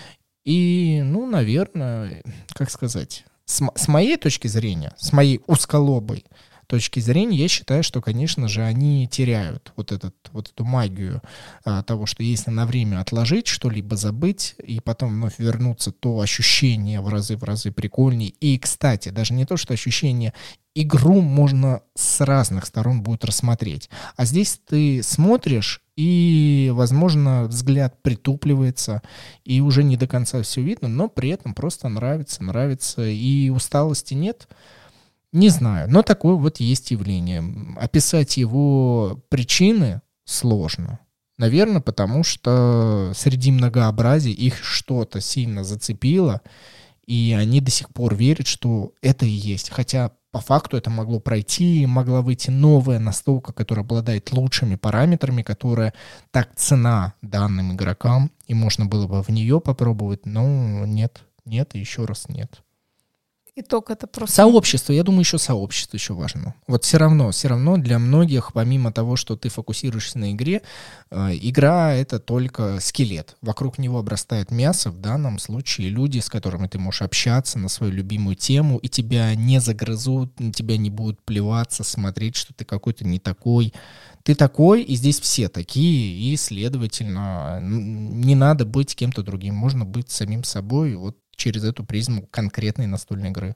и, ну, наверное, как сказать, с, м- с моей точки зрения, с моей узколобой точки зрения, я считаю, что, конечно же, они теряют вот, этот, вот эту магию а, того, что если на время отложить что-либо, забыть, и потом вновь вернуться, то ощущение в разы, в разы прикольнее. И, кстати, даже не то, что ощущение, игру можно с разных сторон будет рассмотреть. А здесь ты смотришь, и, возможно, взгляд притупливается, и уже не до конца все видно, но при этом просто нравится, нравится, и усталости нет. Не знаю, но такое вот есть явление. Описать его причины сложно. Наверное, потому что среди многообразия их что-то сильно зацепило, И они до сих пор верят, что это и есть. Хотя по факту это могло пройти, могла выйти новая настолка, которая обладает лучшими параметрами, которая так цена данным игрокам, и можно было бы в нее попробовать, но нет, нет и еще раз нет. Итог это просто... Сообщество, я думаю, еще сообщество еще важно. Вот все равно, все равно для многих, помимо того, что ты фокусируешься на игре, э, игра — это только скелет. Вокруг него обрастает мясо, в данном случае люди, с которыми ты можешь общаться на свою любимую тему, и тебя не загрызут, на тебя не будут плеваться, смотреть, что ты какой-то не такой. Ты такой, и здесь все такие, и, следовательно, не надо быть кем-то другим, можно быть самим собой, вот через эту призму конкретной настольной игры.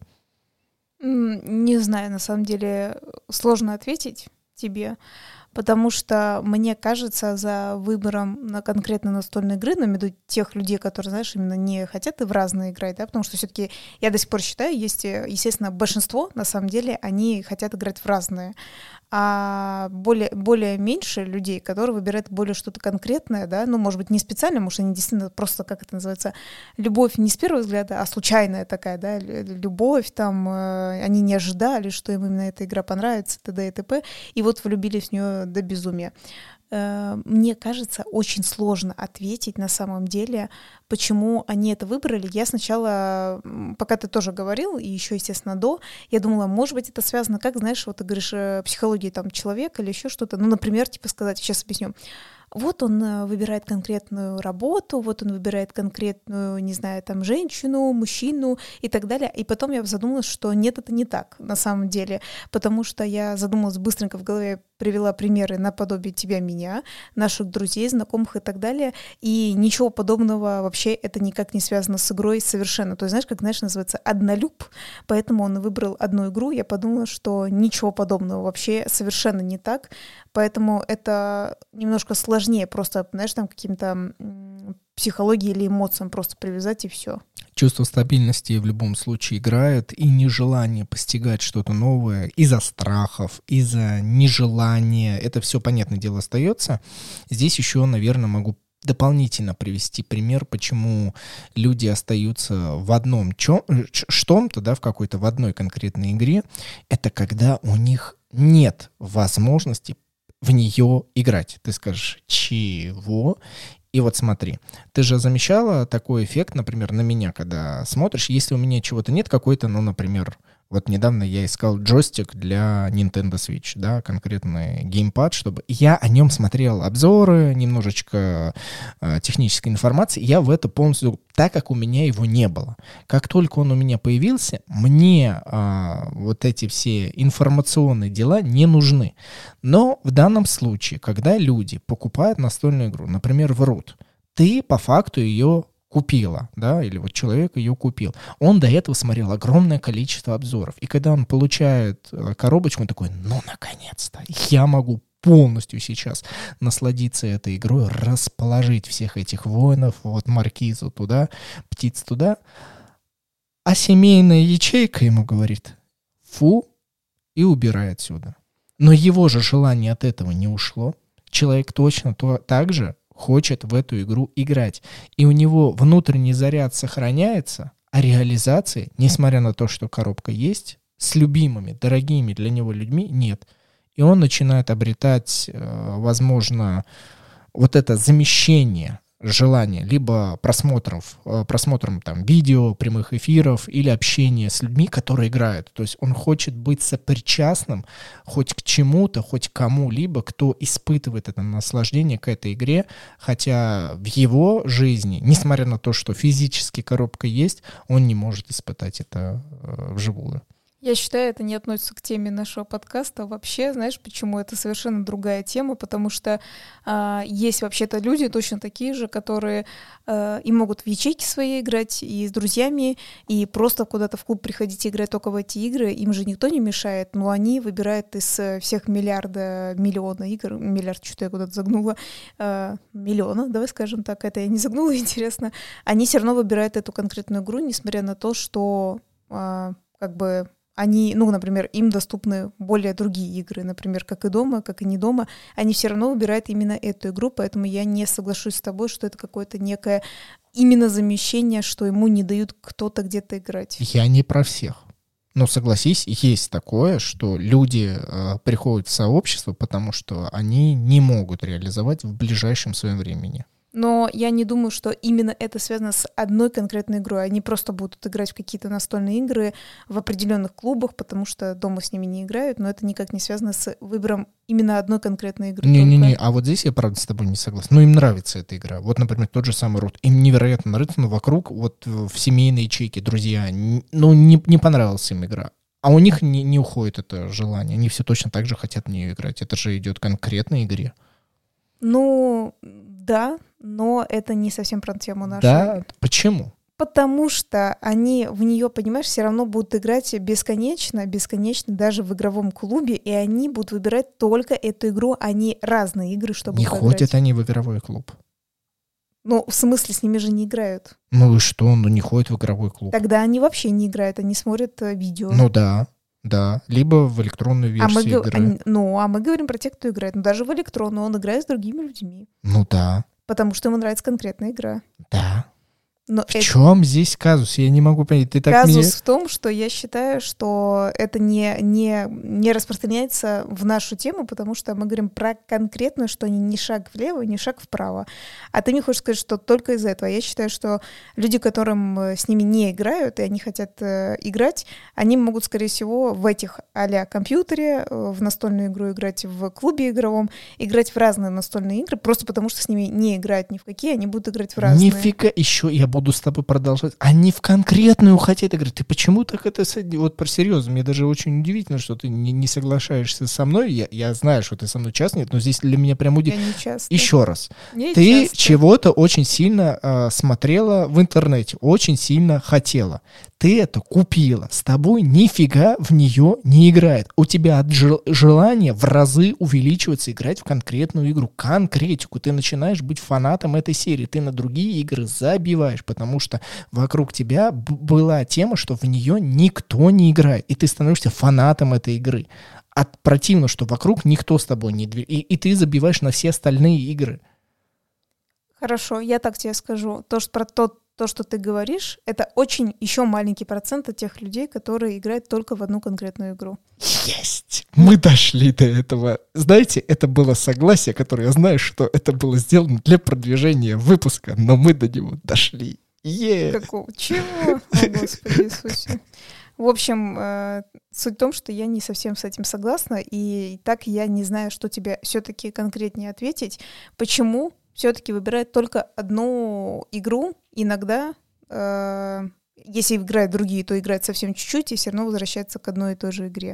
Не знаю, на самом деле сложно ответить тебе, потому что, мне кажется, за выбором на конкретно настольной игры, на виду тех людей, которые, знаешь, именно не хотят и в разные играть, да, потому что все-таки я до сих пор считаю, есть, естественно, большинство, на самом деле, они хотят играть в разные, а более, более меньше людей, которые выбирают более что-то конкретное, да, ну, может быть, не специально, может, они действительно просто, как это называется, любовь не с первого взгляда, а случайная такая, да, любовь, там, э, они не ожидали, что им именно эта игра понравится, т.д. и т.п., и вот влюбились в нее до безумия. Мне кажется, очень сложно ответить на самом деле, почему они это выбрали. Я сначала, пока ты тоже говорил, и еще, естественно, до, я думала, может быть, это связано, как, знаешь, вот ты говоришь, психологии там человека или еще что-то. Ну, например, типа сказать, сейчас объясню. Вот он выбирает конкретную работу, вот он выбирает конкретную, не знаю, там, женщину, мужчину и так далее. И потом я задумалась, что нет, это не так на самом деле, потому что я задумалась быстренько в голове, привела примеры наподобие тебя, меня, наших друзей, знакомых и так далее, и ничего подобного вообще это никак не связано с игрой совершенно. То есть, знаешь, как, знаешь, называется однолюб, поэтому он выбрал одну игру, я подумала, что ничего подобного вообще совершенно не так, поэтому это немножко сложнее просто, знаешь, там каким-то психологии или эмоциям просто привязать и все. Чувство стабильности в любом случае играет, и нежелание постигать что-то новое из-за страхов, из-за нежелания, это все, понятное дело, остается. Здесь еще, наверное, могу дополнительно привести пример, почему люди остаются в одном чем, что-то, да, в какой-то, в одной конкретной игре, это когда у них нет возможности в нее играть. Ты скажешь, чего? И вот смотри, ты же замечала такой эффект, например, на меня, когда смотришь, если у меня чего-то нет, какой-то, ну, например, вот недавно я искал джойстик для Nintendo Switch, да, конкретный геймпад, чтобы я о нем смотрел обзоры, немножечко э, технической информации, я в это полностью, так как у меня его не было. Как только он у меня появился, мне э, вот эти все информационные дела не нужны. Но в данном случае, когда люди покупают настольную игру, например, в Root, ты по факту ее купила, да, или вот человек ее купил. Он до этого смотрел огромное количество обзоров. И когда он получает коробочку, он такой, ну, наконец-то, я могу полностью сейчас насладиться этой игрой, расположить всех этих воинов, вот маркизу туда, птиц туда. А семейная ячейка ему говорит, фу, и убирай отсюда. Но его же желание от этого не ушло. Человек точно то, так же хочет в эту игру играть. И у него внутренний заряд сохраняется, а реализации, несмотря на то, что коробка есть, с любимыми, дорогими для него людьми нет. И он начинает обретать, возможно, вот это замещение желания либо просмотров, просмотром там видео, прямых эфиров или общения с людьми, которые играют. То есть он хочет быть сопричастным хоть к чему-то, хоть к кому-либо, кто испытывает это наслаждение к этой игре, хотя в его жизни, несмотря на то, что физически коробка есть, он не может испытать это э, вживую. Я считаю, это не относится к теме нашего подкаста. Вообще, знаешь, почему это совершенно другая тема? Потому что э, есть вообще-то люди точно такие же, которые э, и могут в ячейке своей играть, и с друзьями, и просто куда-то в клуб приходить и играть только в эти игры. Им же никто не мешает, но они выбирают из всех миллиарда, миллиона игр, миллиард, что-то я куда-то загнула, э, миллиона, давай скажем так, это я не загнула, интересно. Они все равно выбирают эту конкретную игру, несмотря на то, что э, как бы... Они, ну, например, им доступны более другие игры, например, как и дома, как и не дома, они все равно выбирают именно эту игру, поэтому я не соглашусь с тобой, что это какое-то некое именно замещение, что ему не дают кто-то где-то играть. Я не про всех. Но согласись, есть такое, что люди э, приходят в сообщество, потому что они не могут реализовать в ближайшем своем времени. Но я не думаю, что именно это связано с одной конкретной игрой. Они просто будут играть в какие-то настольные игры в определенных клубах, потому что дома с ними не играют, но это никак не связано с выбором именно одной конкретной игры. Не-не-не, а вот здесь я, правда, с тобой не согласен. Но им нравится эта игра. Вот, например, тот же самый Рут. Им невероятно нравится, но вокруг, вот в семейной ячейке, друзья, ну, не, не понравилась им игра. А у них не, не уходит это желание. Они все точно так же хотят в нее играть. Это же идет к конкретной игре. Ну, да, но это не совсем про тему нашу. Да? Почему? Потому что они в нее, понимаешь, все равно будут играть бесконечно, бесконечно даже в игровом клубе, и они будут выбирать только эту игру, а не разные игры, чтобы Не поиграть. ходят они в игровой клуб. Ну, в смысле, с ними же не играют. Ну и что? Ну не ходят в игровой клуб. Тогда они вообще не играют, они смотрят э, видео. Ну да, да. Либо в электронную а мы, версию го- игры. они- ну, а мы говорим про тех, кто играет. Ну, даже в электронную он играет с другими людьми. Ну да, Потому что ему нравится конкретная игра. да. Но В это- чем здесь казус? Я не могу понять. Ты так Казус меня... в том, что я считаю, что это не, не, не распространяется в нашу тему, потому что мы говорим про конкретно, что они не шаг влево, не шаг вправо. А ты мне хочешь сказать, что только из-за этого. Я считаю, что люди, которым э, с ними не играют, и они хотят э, играть, они могут, скорее всего, в этих а-ля компьютере, э, в настольную игру играть, в клубе игровом, играть в разные настольные игры, просто потому что с ними не играют ни в какие, они будут играть в разные. Нифига, еще я буду с тобой продолжать. Они в конкретную хотят играть. Ты почему так это... с- Вот про серьезно, мне даже очень удивительно, что ты не, не соглашаешься со мной. Я, я знаю, что ты со мной часто нет, но здесь для меня прям Я удивительно. не часто. Еще раз. Не Ты часто. чего-то очень сильно э, смотрела в интернете, очень сильно хотела. Ты это купила. С тобой нифига в нее не играет. У тебя от жел- желания в разы увеличивается играть в конкретную игру. Конкретику. Ты начинаешь быть фанатом этой серии. Ты на другие игры забиваешь, потому что вокруг тебя б- была тема, что в нее никто не играет. И ты становишься фанатом этой игры. От противно, что вокруг никто с тобой не двигается. И, и ты забиваешь на все остальные игры. Хорошо, я так тебе скажу. То, что про то, то, что ты говоришь, это очень еще маленький процент от тех людей, которые играют только в одну конкретную игру. Есть! Мы дошли до этого. Знаете, это было согласие, которое я знаю, что это было сделано для продвижения выпуска, но мы до него дошли. Е! Какого? Чего? О, Господи Иисусе. В общем, э, суть в том, что я не совсем с этим согласна, и так я не знаю, что тебе все-таки конкретнее ответить. Почему все-таки выбирают только одну игру? Иногда, э, если играют другие, то играют совсем чуть-чуть, и все равно возвращаются к одной и той же игре.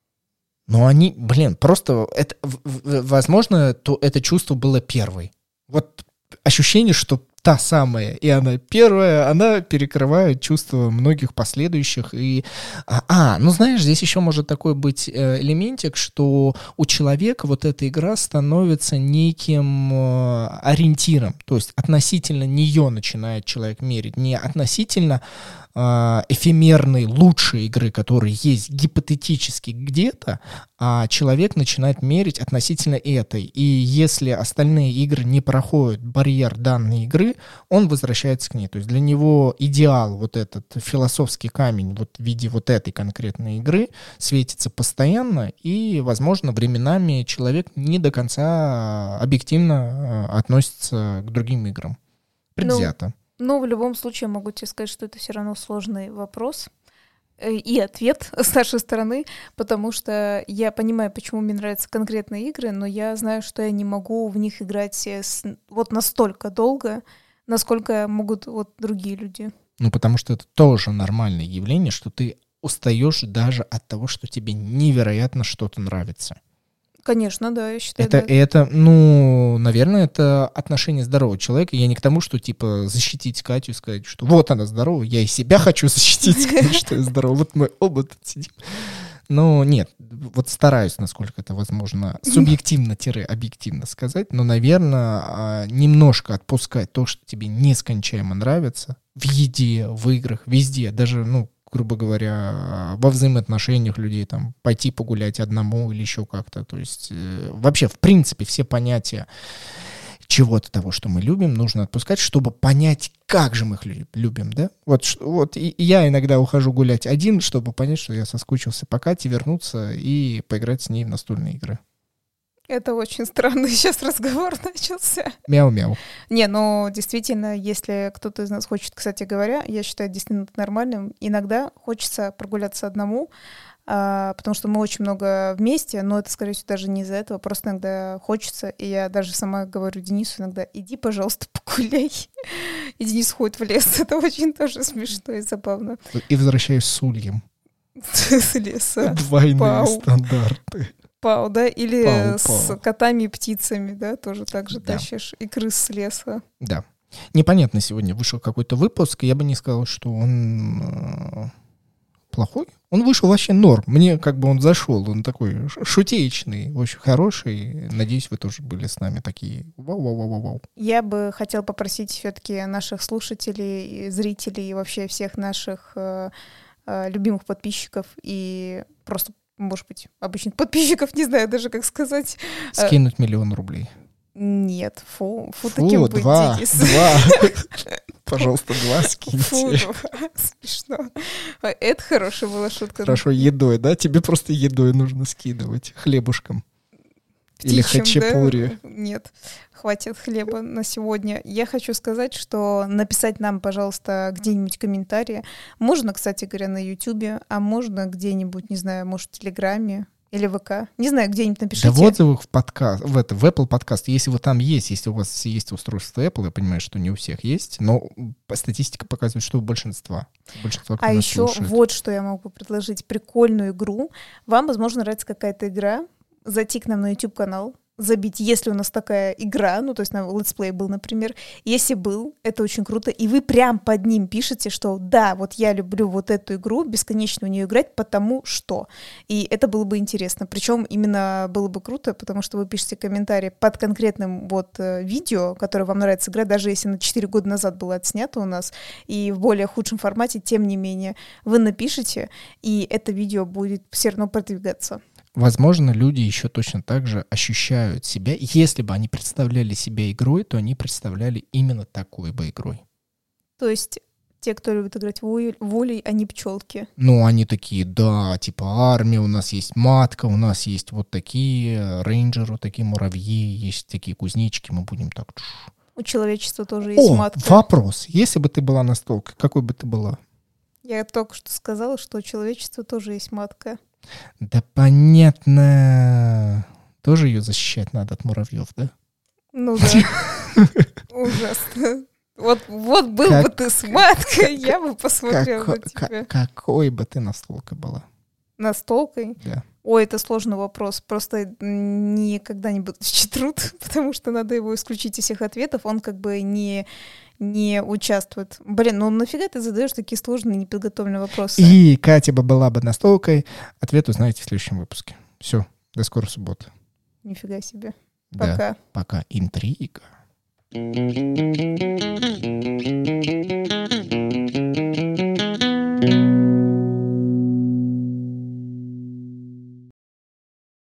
Но они, блин, просто, это, в- в- возможно, то это чувство было первой. Вот ощущение, что та самая, и она первая, она перекрывает чувства многих последующих. И, а, а, ну знаешь, здесь еще может такой быть э, элементик, что у человека вот эта игра становится неким э, ориентиром, то есть относительно нее начинает человек мерить, не относительно э, эфемерной лучшей игры, которая есть гипотетически где-то, а человек начинает мерить относительно этой. И если остальные игры не проходят барьер данной игры, он возвращается к ней. То есть для него идеал, вот этот философский камень вот в виде вот этой конкретной игры светится постоянно, и, возможно, временами человек не до конца объективно э, относится к другим играм. Предвзято. Но в любом случае могу тебе сказать, что это все равно сложный вопрос э, и ответ с нашей стороны, потому что я понимаю, почему мне нравятся конкретные игры, но я знаю, что я не могу в них играть э, с- вот настолько долго, насколько могут вот другие люди. Ну, потому что это тоже нормальное явление, что ты устаешь даже от того, что тебе невероятно что-то нравится. Конечно, да, я считаю. Это, да. это, ну, наверное, это отношение здорового человека. Я не к тому, что, типа, защитить Катю и сказать, что вот она здорова, я и себя хочу защитить, сказать, что я здорова. Вот мы оба тут сидим. Но нет, вот стараюсь, насколько это возможно, субъективно-объективно сказать, но, наверное, немножко отпускать то, что тебе нескончаемо нравится в еде, в играх, везде, даже, ну, грубо говоря, во взаимоотношениях людей, там, пойти погулять одному или еще как-то. То есть э, вообще, в принципе, все понятия чего-то того, что мы любим, нужно отпускать, чтобы понять, как же мы их лю- любим, да? Вот, ш- вот и я иногда ухожу гулять один, чтобы понять, что я соскучился по Кате, вернуться и поиграть с ней в настольные игры. Это очень странный сейчас разговор начался. Мяу-мяу. Не, но действительно, если кто-то из нас хочет, кстати говоря, я считаю действительно это нормальным, иногда хочется прогуляться одному, а, потому что мы очень много вместе, но это, скорее всего, даже не из-за этого, просто иногда хочется, и я даже сама говорю Денису иногда: иди, пожалуйста, погуляй. И Денис ходит в лес, это очень тоже смешно и забавно. И возвращаюсь с ульем. С леса. Двойные Пау. стандарты. Пау, да? Или Пау, с пау. котами и птицами, да, тоже так же Да. тащишь. И крыс с леса. Да. Непонятно, сегодня вышел какой-то выпуск, и я бы не сказал, что он э, плохой. Он вышел вообще норм. Мне как бы он зашел. Он такой ш- шутеечный, очень хороший. Надеюсь, вы тоже были с нами такие. Вау-вау-вау-вау. Я бы хотела попросить все-таки наших слушателей, и зрителей и вообще всех наших э, э, любимых подписчиков и просто, может быть, обычных подписчиков, не знаю даже, как сказать. Скинуть миллион рублей. Нет, фу, фу, Фу, таким быть, два, Денис. два. Пожалуйста, два Фу, скиньте. два. Смешно. Это хорошая была шутка. Хорошо, едой, да? Тебе просто едой нужно скидывать. Хлебушком. Или Птичьим, хачапури. да? Нет, хватит хлеба на сегодня. Я хочу сказать, что написать нам, пожалуйста, где-нибудь комментарии. Можно, кстати говоря, на Ютубе, а можно где-нибудь, не знаю, может, в Телеграме или ВК. Не знаю, где-нибудь напишите. Да в отзывах в подкаст, в, это, в Apple подкаст, если вы там есть, если у вас есть устройство Apple, я понимаю, что не у всех есть, но статистика показывает, что у большинства. большинства кто А нас еще слушает. вот что я могу предложить. Прикольную игру. Вам, возможно, нравится какая-то игра. Зайти к нам на YouTube-канал, забить, если у нас такая игра, ну, то есть на летсплей был, например. Если был, это очень круто. И вы прям под ним пишете, что да, вот я люблю вот эту игру, бесконечно в нее играть, потому что. И это было бы интересно. Причем именно было бы круто, потому что вы пишете комментарии под конкретным вот э, видео, которое вам нравится играть, даже если на четыре года назад было отснято у нас, и в более худшем формате, тем не менее, вы напишите, и это видео будет все равно продвигаться. Возможно, люди еще точно так же ощущают себя. Если бы они представляли себя игрой, то они представляли именно такой бы игрой. То есть те, кто любит играть волей, волей, они пчелки. Ну, они такие, да, типа армия, у нас есть матка, у нас есть вот такие рейнджеры, вот такие муравьи, есть такие кузнечики, мы будем так... У человечества тоже есть О, матка. вопрос. Если бы ты была настолкой, какой бы ты была? Я только что сказала, что у человечества тоже есть матка. Да понятно. Тоже ее защищать надо от муравьев, да? Ну да. Ужасно. Вот, вот был Как- бы ты с маткой, я бы посмотрела на Како- тебя. ка- Какой бы ты настолкой была? Настолкой? Да. Ой, это сложный вопрос. Просто никогда не буду читрут, потому что надо его исключить из всех ответов. Он как бы не, не участвует. Блин, ну нафига ты задаешь такие сложные, неподготовленные вопросы? И Катя бы была бы настолкой. Ответ узнаете в следующем выпуске. Все, до скорой субботы. Нифига себе. Да, Пока. пока. Интрига.